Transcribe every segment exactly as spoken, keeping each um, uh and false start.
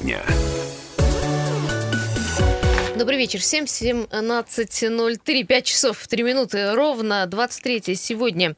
дня. Добрый вечер. семь семнадцать ноль три, пять часов три минуты ровно, двадцать третье сегодня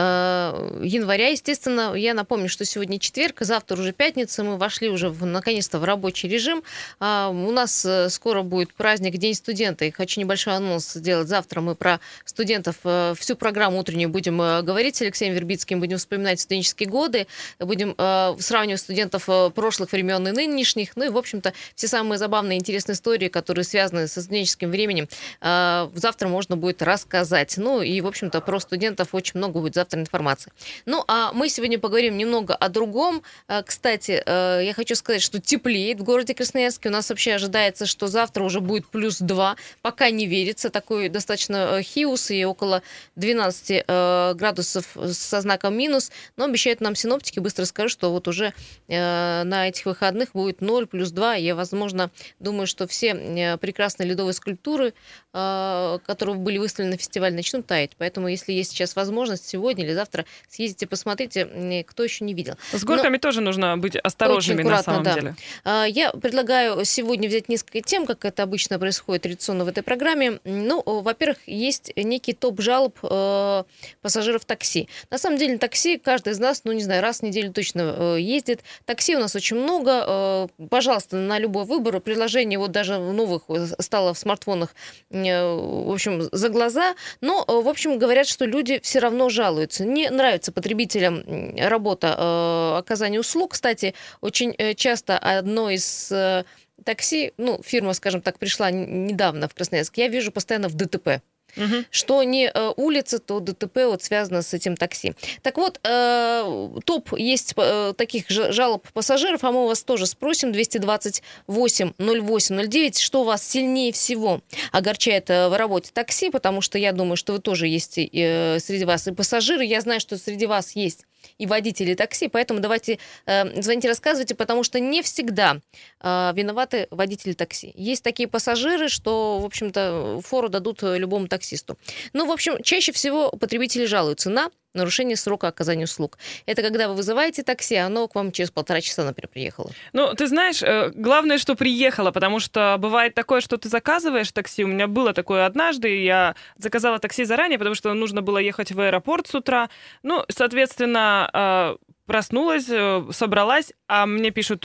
э, января. Естественно, я напомню, что сегодня четверг, завтра уже пятница. Мы вошли уже в, наконец-то в рабочий режим. Э, у нас скоро будет праздник День студента. И хочу небольшой анонс сделать. Завтра мы про студентов э, всю программу утреннюю будем э, говорить с Алексеем Вербицким. Будем вспоминать студенческие годы. Будем э, сравнивать студентов э, прошлых времен и нынешних. Ну и, в общем-то, все самые забавные и интересные истории, которые связаны связанные со студенческим временем, завтра можно будет рассказать. Ну и, в общем-то, про студентов очень много будет завтра информации. Ну, а мы сегодня поговорим немного о другом. Кстати, я хочу сказать, что теплеет в городе Красноярске. У нас вообще ожидается, что завтра уже будет плюс два. Пока не верится. Такой достаточно хиус и около двенадцати градусов со знаком минус. Но обещают нам синоптики. Быстро скажу, что вот уже на этих выходных будет ноль плюс два. Я, возможно, думаю, что все прекрасные ледовые скульптуры, которые были выставлены на фестивале, начнут таять. Поэтому, если есть сейчас возможность, сегодня или завтра съездите, посмотрите, кто еще не видел. С горками Но... тоже нужно быть осторожными на самом да. деле. Я предлагаю сегодня взять несколько тем, как это обычно происходит традиционно в этой программе. Ну, во-первых, есть некий топ жалоб пассажиров такси. На самом деле, такси каждый из нас, ну, не знаю, раз в неделю точно ездит. Такси у нас очень много. Пожалуйста, на любой выбор. Приложение вот даже новых стало в смартфонах, в общем, за глаза. Но, в общем, говорят, что люди все равно жалуются. Не нравится потребителям работа оказания услуг. Кстати, очень часто одно из такси, ну, фирма, скажем так, пришла недавно в Красноярск, я вижу постоянно в ДТП. Угу. Что не э, улица, то ДТП вот связано с этим такси. Так вот, э, топ есть э, таких же жалоб пассажиров, а мы у вас тоже спросим. двести двадцать восемь ноль восемь ноль девять, что вас сильнее всего огорчает э, в работе такси, потому что я думаю, что вы тоже есть э, среди вас и пассажиры. Я знаю, что среди вас есть и водители такси, поэтому давайте э, звоните, рассказывайте, потому что не всегда э, виноваты водители такси. Есть такие пассажиры, что, в общем-то, фору дадут любому таксисту. Ну, в общем, чаще всего потребители жалуются на нарушение срока оказания услуг. Это когда вы вызываете такси, а оно к вам через полтора часа, например, приехало. Ну, ты знаешь, главное, что приехало, потому что бывает такое, что ты заказываешь такси. У меня было такое однажды, я заказала такси заранее, потому что нужно было ехать в аэропорт с утра. Ну, соответственно, проснулась, собралась, а мне пишут,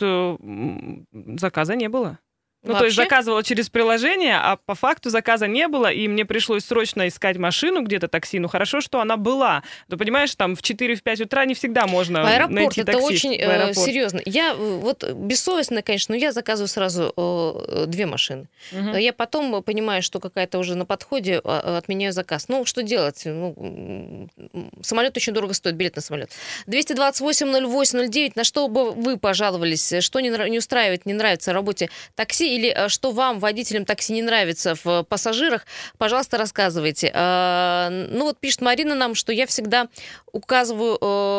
заказа не было. Ну, Вообще? То есть заказывала через приложение, а по факту заказа не было, и мне пришлось срочно искать машину где-то, такси. Ну, хорошо, что она была. Ты понимаешь, там в четыре-пять утра не всегда можно аэропорт, найти такси. Это очень э, серьезно. Я вот бессовестно, конечно, но я заказываю сразу э, две машины. Угу. Я потом понимаю, что какая-то уже на подходе, отменяю заказ. Ну, что делать? Ну, самолет очень дорого стоит, билет на самолет. двести двадцать восемь ноль восемь ноль девять, на что бы вы пожаловались? Что не, не устраивает, не нравится в работе такси? Или что вам, водителям такси, не нравится в пассажирах, пожалуйста, рассказывайте. Ну вот пишет Марина нам, что я всегда указываю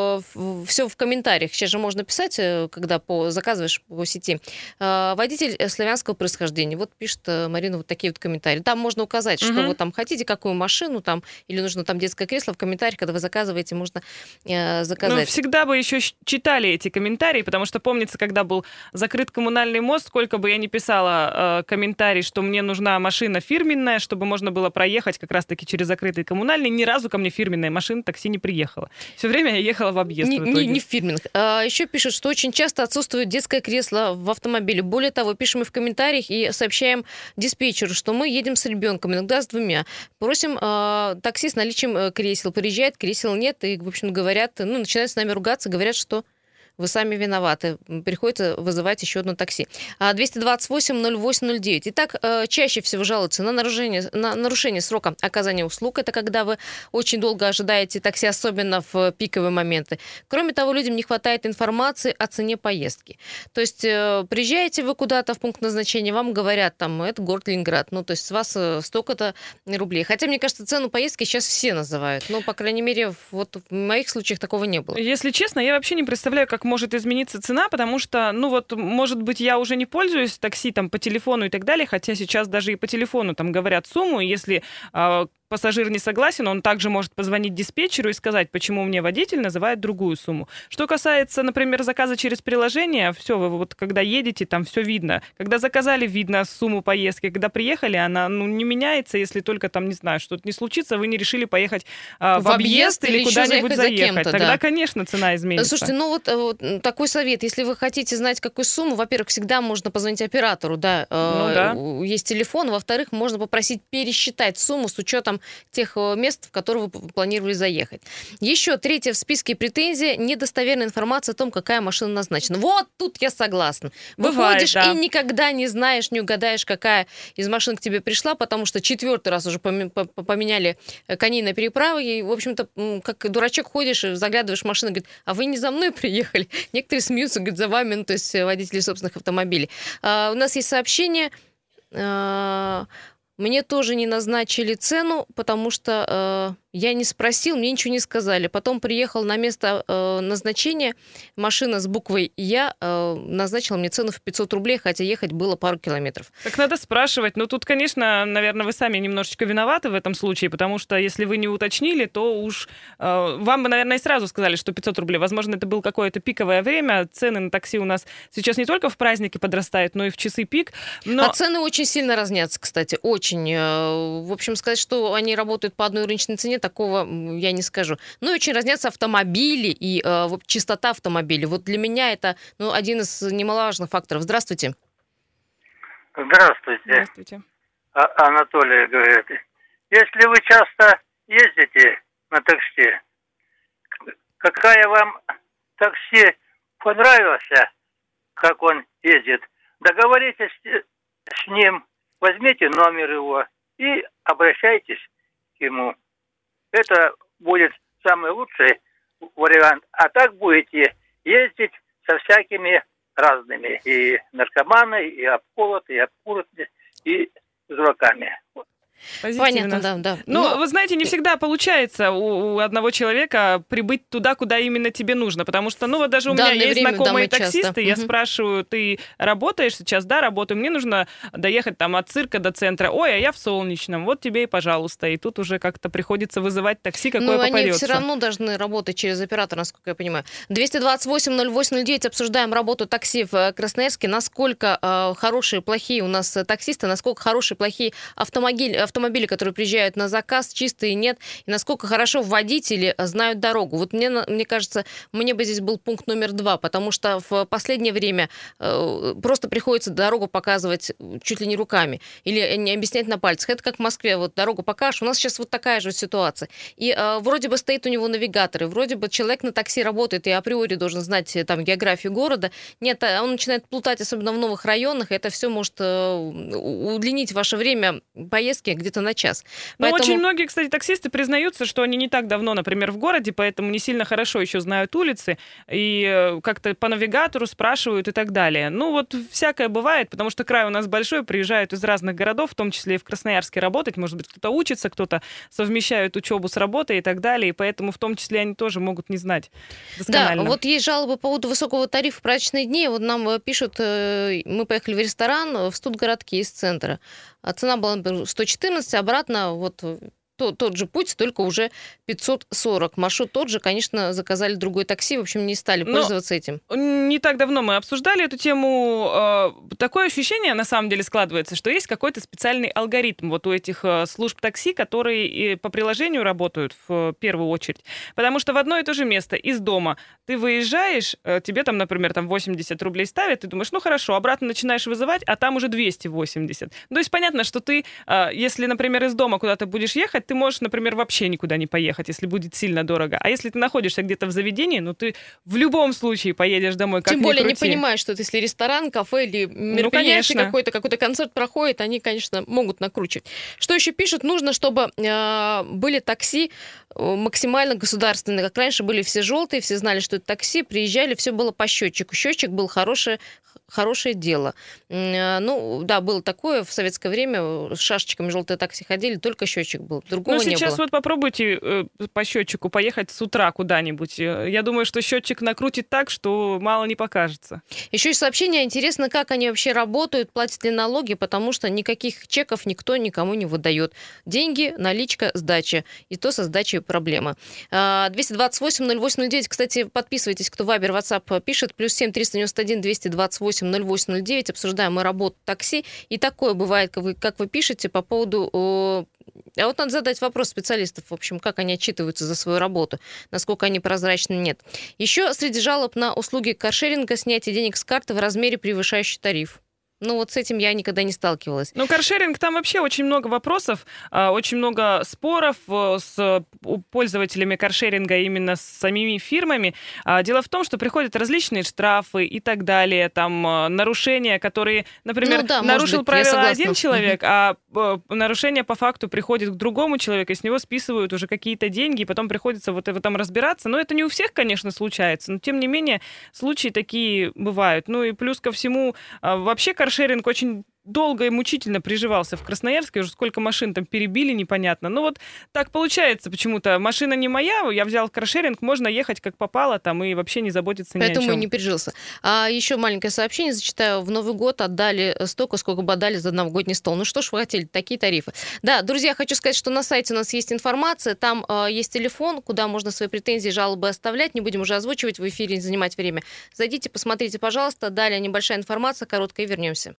все в комментариях. Сейчас же можно писать, когда по, заказываешь по сети. Водитель славянского происхождения. Вот пишет Марина вот такие вот комментарии. Там можно указать, что угу. вы там хотите, какую машину там, или нужно там детское кресло. В комментариях, когда вы заказываете, можно заказать. Ну, всегда бы еще читали эти комментарии, потому что помнится, когда был закрыт коммунальный мост, сколько бы я ни писала комментарий, что мне нужна машина фирменная, чтобы можно было проехать как раз-таки через закрытый коммунальный. Ни разу ко мне фирменная машина такси не приехала. Все время я ехала в объезд. Не, в итоге. не, не в фирменных. А, еще пишут, что очень часто отсутствует детское кресло в автомобиле. Более того, пишем и в комментариях и сообщаем диспетчеру, что мы едем с ребенком, иногда с двумя. Просим а, такси с наличием кресел. Приезжает, кресел нет, и, в общем, говорят, ну, начинают с нами ругаться, говорят, что вы сами виноваты. Приходится вызывать еще одно такси. двести двадцать восемь ноль восемь ноль девять. Итак, чаще всего жалуются на нарушение, на нарушение срока оказания услуг. Это когда вы очень долго ожидаете такси, особенно в пиковые моменты. Кроме того, людям не хватает информации о цене поездки. То есть приезжаете вы куда-то в пункт назначения, вам говорят, там, это город Ленинград, ну, то есть с вас столько-то рублей. Хотя, мне кажется, цену поездки сейчас все называют. Ну, по крайней мере, вот в моих случаях такого не было. Если честно, я вообще не представляю, как может измениться цена, потому что, ну вот, может быть, я уже не пользуюсь такси там по телефону и так далее, хотя сейчас даже и по телефону там говорят сумму, и если э, пассажир не согласен, он также может позвонить диспетчеру и сказать, почему мне водитель называет другую сумму. Что касается, например, заказа через приложение, все, вы вот когда едете, там все видно. Когда заказали, видно сумму поездки. Когда приехали, она ну, не меняется, если только там, не знаю, что-то не случится, вы не решили поехать а, в, в объезд, объезд или куда-нибудь заехать. заехать. Тогда, да. конечно, цена изменится. Слушайте, ну вот, вот такой совет. Если вы хотите знать, какую сумму, во-первых, всегда можно позвонить оператору, да, ну, э, да. есть телефон, во-вторых, можно попросить пересчитать сумму с учетом тех мест, в которые вы планировали заехать. Еще третье в списке претензий – недостоверная информация о том, какая машина назначена. Вот тут я согласна. Бывает, Выходишь да. и никогда не знаешь, не угадаешь, какая из машин к тебе пришла, потому что четвертый раз уже поменяли коней на переправы, и, в общем-то, как дурачок ходишь, заглядываешь в машину, говорит, а вы не за мной приехали? Некоторые смеются, говорят, за вами, ну, то есть водители собственных автомобилей. А, у нас есть сообщение. А, мне тоже не назначили цену, потому что а, я не спросил, мне ничего не сказали. Потом приехал на место а, назначения машина с буквой «Я», а, назначила мне цену в пятьсот рублей, хотя ехать было пару километров. Так надо спрашивать. Ну, тут, конечно, наверное, вы сами немножечко виноваты в этом случае, потому что если вы не уточнили, то уж э, вам бы, наверное, и сразу сказали, что пятьсот рублей. Возможно, это было какое-то пиковое время. Цены на такси у нас сейчас не только в праздники подрастают, но и в часы пик. Но... А цены очень сильно разнятся, кстати, очень. В общем, сказать, что они работают по одной рыночной цене, такого я не скажу. Ну и очень разнятся автомобили и э, частота автомобилей. Вот для меня это ну, один из немаловажных факторов. Здравствуйте. Здравствуйте. Здравствуйте. А- Анатолий говорит. Если вы часто ездите на такси, какая вам такси понравилась, как он ездит, договоритесь с ним, возьмите номер его и обращайтесь к ему. Это будет самый лучший вариант. А так будете ездить со всякими разными. И наркоманы, и обколоты, и обкураты, и с дураками. Понятно, да, да. Ну, Но... вы знаете, не всегда получается у, у одного человека прибыть туда, куда именно тебе нужно, потому что, ну, вот даже у меня есть знакомые таксисты, часто. я угу. спрашиваю, ты работаешь сейчас? Да, работаю. Мне нужно доехать там от цирка до центра. Ой, а я в Солнечном. Вот тебе и пожалуйста. И тут уже как-то приходится вызывать такси, какое Но попадется. они все равно должны работать через оператора, насколько я понимаю. двести двадцать восемь ноль восемь ноль девять обсуждаем работу такси в Красноярске. Насколько э, хорошие, плохие у нас таксисты, насколько хорошие, плохие автомобили, автомобили, которые приезжают на заказ, чистые нет, и насколько хорошо водители знают дорогу. Вот мне, мне кажется, мне бы здесь был пункт номер два, потому что в последнее время э, просто приходится дорогу показывать чуть ли не руками или не объяснять на пальцах. Это как в Москве, вот дорогу покажешь. У нас сейчас вот такая же ситуация. И э, вроде бы стоит у него навигатор, и вроде бы человек на такси работает и априори должен знать там географию города. Нет, он начинает плутать, особенно в новых районах, и это все может э, удлинить ваше время поездки где-то на час. Но Поэтому... очень многие, кстати, таксисты признаются, что они не так давно, например, в городе, поэтому не сильно хорошо еще знают улицы, и как-то по навигатору спрашивают и так далее. Ну вот всякое бывает, потому что край у нас большой, приезжают из разных городов, в том числе и в Красноярске работать, может быть, кто-то учится, кто-то совмещает учебу с работой и так далее, и поэтому в том числе они тоже могут не знать досконально. Да, вот есть жалобы по поводу высокого тарифа в праздничные дни. Вот нам пишут, мы поехали в ресторан в Студгородке из центра. А цена была, например, сто четырнадцать, обратно вот тот, тот же путь, только уже пятьсот сорок. Маршрут тот же, конечно, заказали другое такси, в общем, не стали пользоваться Но этим. Не так давно мы обсуждали эту тему. Такое ощущение, на самом деле, складывается, что есть какой-то специальный алгоритм вот у этих служб такси, которые по приложению работают в первую очередь. Потому что в одно и то же место из дома ты выезжаешь, тебе там, например, там восемьдесят рублей ставят, ты думаешь, ну хорошо, обратно начинаешь вызывать, а там уже двести восемьдесят. То есть понятно, что ты, если, например, из дома куда-то будешь ехать, ты можешь, например, вообще никуда не поехать, если будет сильно дорого. А если ты находишься где-то в заведении, ну ты в любом случае поедешь домой, как ни Тем более крути. Не понимаешь, что это если ресторан, кафе или мероприятие ну, какое-то, какой-то концерт проходит, они, конечно, могут накручивать. Что еще пишут? Нужно, чтобы э, были такси максимально государственные. Как раньше были все желтые, все знали, что это такси, приезжали, все было по счетчику. Счетчик был хороший, хорошее дело. Ну, да, было такое в советское время, с шашечками желтые такси ходили, только счетчик был, другого ну, не было. сейчас вот попробуйте э, по счетчику поехать с утра куда-нибудь. Я думаю, что счетчик накрутит так, что мало не покажется. Еще и сообщение, интересно, как они вообще работают, платят ли налоги, потому что никаких чеков никто никому не выдает. Деньги, наличка, сдача. И то со сдачей проблема. двести двадцать восемь ноль восемь ноль девять. Кстати, подписывайтесь, кто Вайбер, WhatsApp пишет. Плюс семь триста девяносто один двести двадцать восемь ноль восемь ноль девять. Обсуждаем мы работу такси. И такое бывает, как вы, как вы пишете по поводу... А вот надо задать вопрос специалистов, в общем, как они отчитываются за свою работу, насколько они прозрачны, нет. Еще среди жалоб на услуги каршеринга снятие денег с карты в размере, превышающий тариф. Ну, вот с этим я никогда не сталкивалась. Ну, каршеринг, там вообще очень много вопросов, очень много споров с пользователями каршеринга, именно с самими фирмами. Дело в том, что приходят различные штрафы и так далее, там нарушения, которые, например, ну, да, нарушил быть, правила один человек, а нарушение по факту приходит к другому человеку, и с него списывают уже какие-то деньги, и потом приходится вот в этом разбираться. Но это не у всех, конечно, случается, но тем не менее случаи такие бывают. Ну и плюс ко всему, вообще каршеринг Каршеринг очень долго и мучительно приживался в Красноярске, уже сколько машин там перебили, непонятно. Ну вот так получается почему-то. Машина не моя, я взял каршеринг, можно ехать как попало там и вообще не заботиться ни о чем. Поэтому и не пережился. А еще маленькое сообщение зачитаю. В Новый год отдали столько, сколько бы отдали за новогодний стол. Ну что ж вы хотели, такие тарифы. Да, друзья, хочу сказать, что на сайте у нас есть информация, там э, есть телефон, куда можно свои претензии, жалобы оставлять. Не будем уже озвучивать в эфире, не занимать время. Зайдите, посмотрите, пожалуйста. Далее небольшая информация, короткая, и вернемся.